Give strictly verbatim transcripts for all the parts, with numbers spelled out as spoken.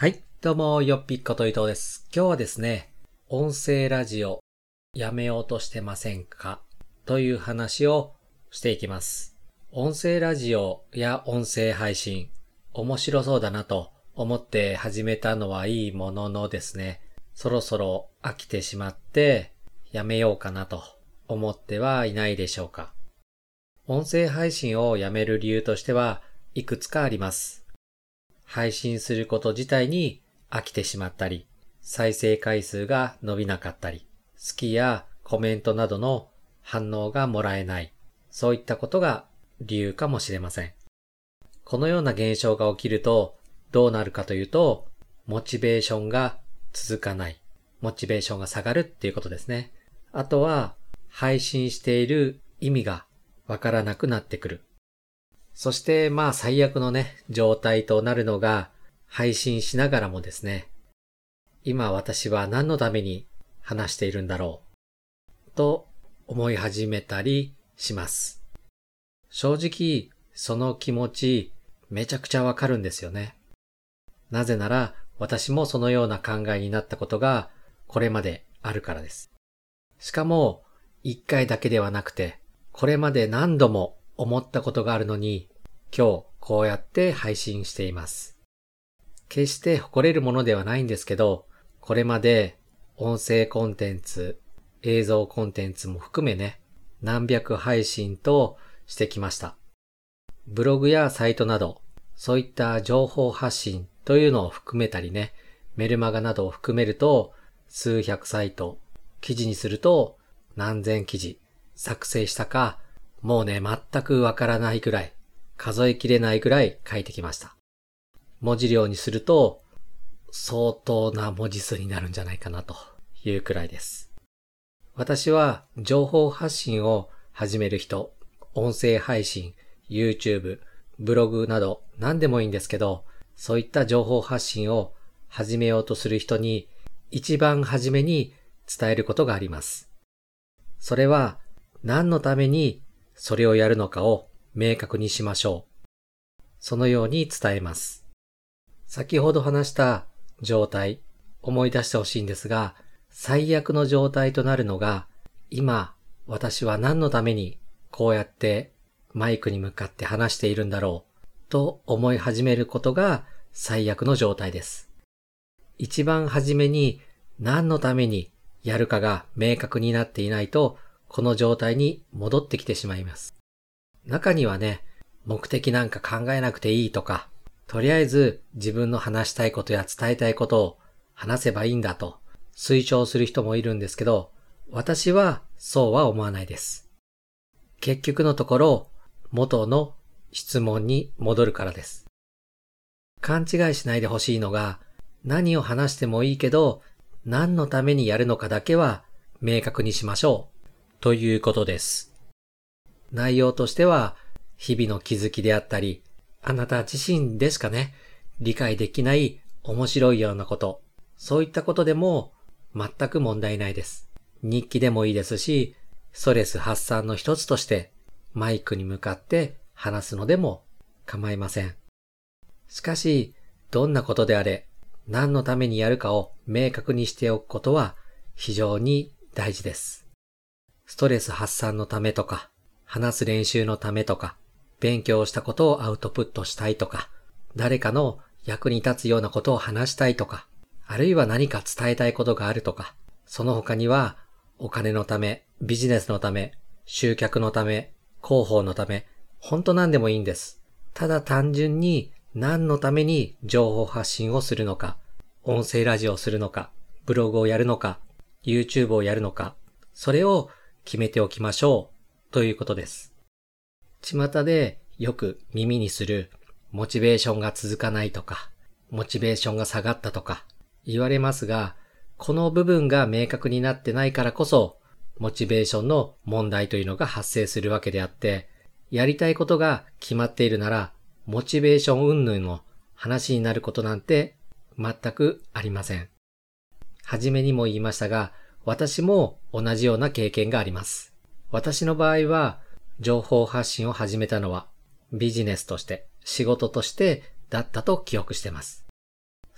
はい、どうも、よっぴっこと伊藤です。今日はですね、音声ラジオやめようとしてませんかという話をしていきます。音声ラジオや音声配信、面白そうだなと思って始めたのはいいもののですね、そろそろ飽きてしまってやめようかなと思ってはいないでしょうか。音声配信をやめる理由としてはいくつかあります。配信すること自体に飽きてしまったり、再生回数が伸びなかったり、好きやコメントなどの反応がもらえない、そういったことが理由かもしれません。このような現象が起きるとどうなるかというと、モチベーションが続かない、モチベーションが下がるっていうことですね。あとは配信している意味がわからなくなってくる。そしてまあ最悪のね、状態となるのが配信しながらもですね、今私は何のために話しているんだろうと思い始めたりします。正直その気持ちめちゃくちゃわかるんですよね。なぜなら私もそのような考えになったことがこれまであるからです。しかも一回だけではなくて、これまで何度も思ったことがあるのに、今日こうやって配信しています。決して誇れるものではないんですけど、これまで音声コンテンツ、映像コンテンツも含めね、何百配信としてきました。ブログやサイトなど、そういった情報発信というのを含めたりね、メルマガなどを含めると、数百サイト、記事にすると何千記事作成したか、もうね、全くわからないくらい、数えきれないくらい書いてきました。文字量にすると、相当な文字数になるんじゃないかなというくらいです。私は情報発信を始める人、音声配信、YouTube、ブログなど何でもいいんですけど、そういった情報発信を始めようとする人に一番初めに伝えることがあります。それは何のためにそれをやるのかを明確にしましょう。そのように伝えます。先ほど話した状態、思い出してほしいんですが、最悪の状態となるのが、今、私は何のためにこうやってマイクに向かって話しているんだろうと思い始めることが最悪の状態です。一番初めに何のためにやるかが明確になっていないと、この状態に戻ってきてしまいます。中にはね、目的なんか考えなくていいとか、とりあえず自分の話したいことや伝えたいことを話せばいいんだと推奨する人もいるんですけど、私はそうは思わないです。結局のところ、元の質問に戻るからです。勘違いしないでほしいのが、何を話してもいいけど、何のためにやるのかだけは明確にしましょう。ということです。内容としては、日々の気づきであったり、あなた自身でしかね、理解できない面白いようなこと、そういったことでも全く問題ないです。日記でもいいですし、ストレス発散の一つとしてマイクに向かって話すのでも構いません。しかし、どんなことであれ、何のためにやるかを明確にしておくことは非常に大事です。ストレス発散のためとか、話す練習のためとか、勉強したことをアウトプットしたいとか、誰かの役に立つようなことを話したいとか、あるいは何か伝えたいことがあるとか、その他にはお金のため、ビジネスのため、集客のため、広報のため、本当何でもいいんです。ただ単純に何のために情報発信をするのか、音声ラジオをするのか、ブログをやるのか、YouTube をやるのか、それを決めておきましょうということです。巷でよく耳にするモチベーションが続かないとか、モチベーションが下がったとか言われますが、この部分が明確になってないからこそ、モチベーションの問題というのが発生するわけであって、やりたいことが決まっているなら、モチベーション云々の話になることなんて全くありません。はじめにも言いましたが、私も同じような経験があります。私の場合は、情報発信を始めたのはビジネスとして、仕事としてだったと記憶してます。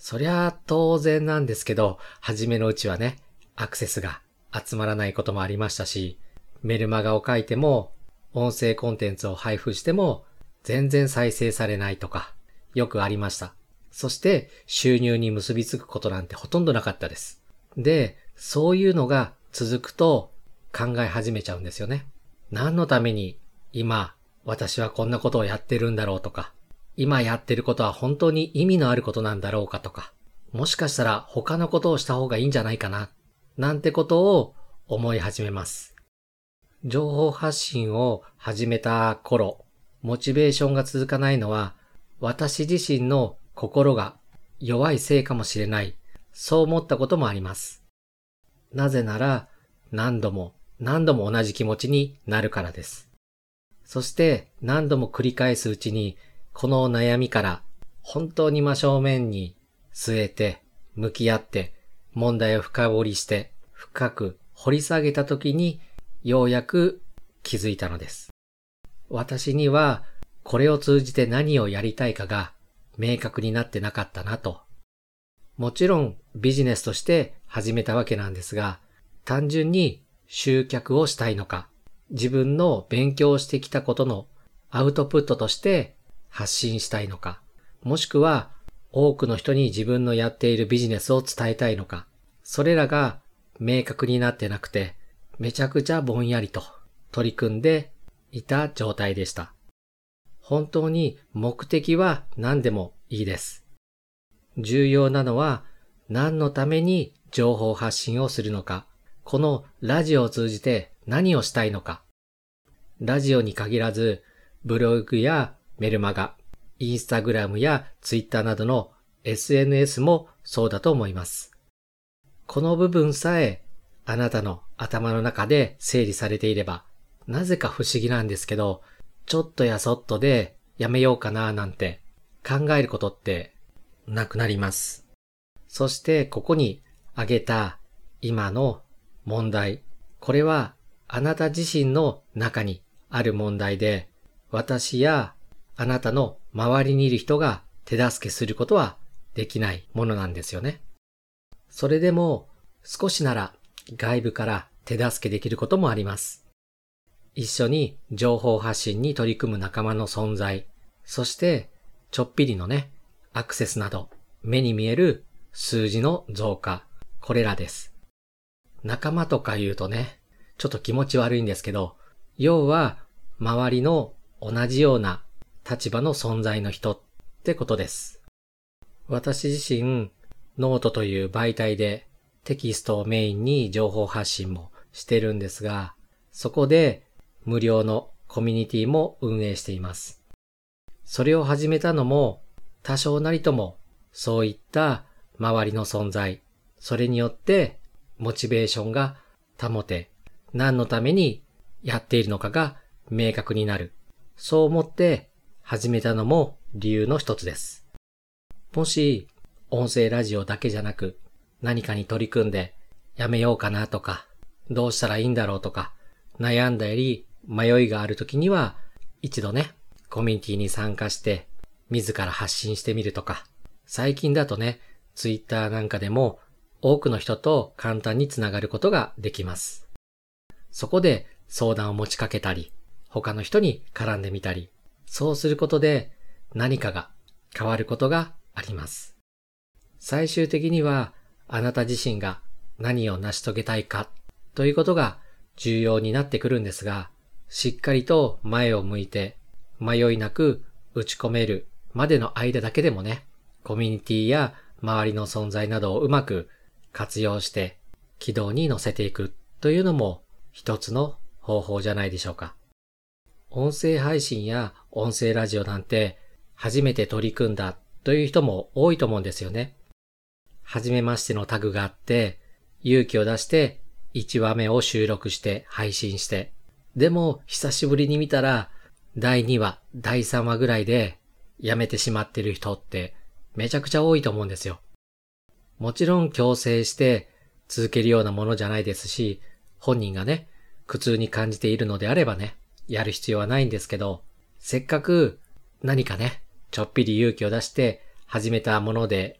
そりゃ当然なんですけど、初めのうちはね、アクセスが集まらないこともありましたし、メルマガを書いても、音声コンテンツを配布しても、全然再生されないとか、よくありました。そして収入に結びつくことなんてほとんどなかったです。で、そういうのが続くと考え始めちゃうんですよね。何のために今私はこんなことをやってるんだろうとか、今やってることは本当に意味のあることなんだろうかとか、もしかしたら他のことをした方がいいんじゃないかな、なんてことを思い始めます。情報発信を始めた頃、モチベーションが続かないのは私自身の心が弱いせいかもしれない、そう思ったこともあります。なぜなら何度も何度も同じ気持ちになるからです。そして何度も繰り返すうちにこの悩みから本当に真正面に据えて向き合って問題を深掘りして深く掘り下げた時にようやく気づいたのです。私にはこれを通じて何をやりたいかが明確になってなかったなと。もちろんビジネスとして始めたわけなんですが、単純に集客をしたいのか、自分の勉強してきたことのアウトプットとして発信したいのか、もしくは多くの人に自分のやっているビジネスを伝えたいのか、それらが明確になってなくて、めちゃくちゃぼんやりと取り組んでいた状態でした。本当に目的は何でもいいです。重要なのは何のために情報発信をするのか、このラジオを通じて何をしたいのか。ラジオに限らず、ブログやメルマガ、インスタグラムやツイッターなどの エスエヌエス もそうだと思います。この部分さえあなたの頭の中で整理されていれば、なぜか不思議なんですけど、ちょっとやそっとでやめようかななんて考えることってなくなります。そしてここに挙げた今の問題、これはあなた自身の中にある問題で、私やあなたの周りにいる人が手助けすることはできないものなんですよね。それでも少しなら外部から手助けできることもあります。一緒に情報発信に取り組む仲間の存在、そしてちょっぴりのね、アクセスなど目に見える数字の増加、これらです。仲間とか言うとね、ちょっと気持ち悪いんですけど、要は周りの同じような立場の存在の人ってことです。私自身、ノートという媒体でテキストをメインに情報発信もしてるんですが、そこで無料のコミュニティも運営しています。それを始めたのも多少なりともそういった周りの存在、それによってモチベーションが保て、何のためにやっているのかが明確になる。そう思って始めたのも理由の一つです。もし音声ラジオだけじゃなく何かに取り組んでやめようかなとか、どうしたらいいんだろうとか悩んだり迷いがあるときには一度ね、コミュニティに参加して自ら発信してみるとか、最近だとね、ツイッターなんかでも多くの人と簡単につながることができます。そこで相談を持ちかけたり、他の人に絡んでみたり、そうすることで何かが変わることがあります。最終的にはあなた自身が何を成し遂げたいかということが重要になってくるんですが、しっかりと前を向いて迷いなく打ち込めるまでの間だけでもね、コミュニティや周りの存在などをうまく活用して軌道に乗せていくというのも一つの方法じゃないでしょうか。音声配信や音声ラジオなんて初めて取り組んだという人も多いと思うんですよね。初めましてのタグがあって勇気を出していちわめを収録して配信して、でも久しぶりに見たらだいにわ、だいさんわぐらいでやめてしまってる人ってめちゃくちゃ多いと思うんですよ。もちろん強制して続けるようなものじゃないですし、本人がね、苦痛に感じているのであればね、やる必要はないんですけど、せっかく何かね、ちょっぴり勇気を出して始めたもので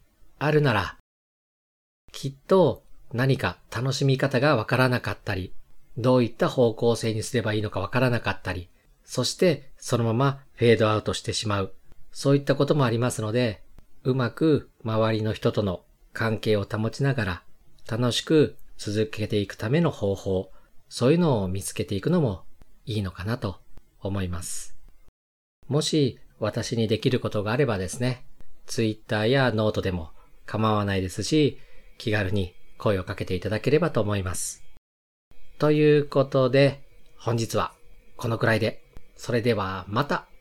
あるなら、きっと何か楽しみ方がわからなかったり、どういった方向性にすればいいのかわからなかったり、そしてそのままフェードアウトしてしまう。そういったこともありますので、うまく周りの人との関係を保ちながら楽しく続けていくための方法、そういうのを見つけていくのもいいのかなと思います。もし私にできることがあればですね、Twitter やノートでも構わないですし、気軽に声をかけていただければと思います。ということで、本日はこのくらいで、それではまた。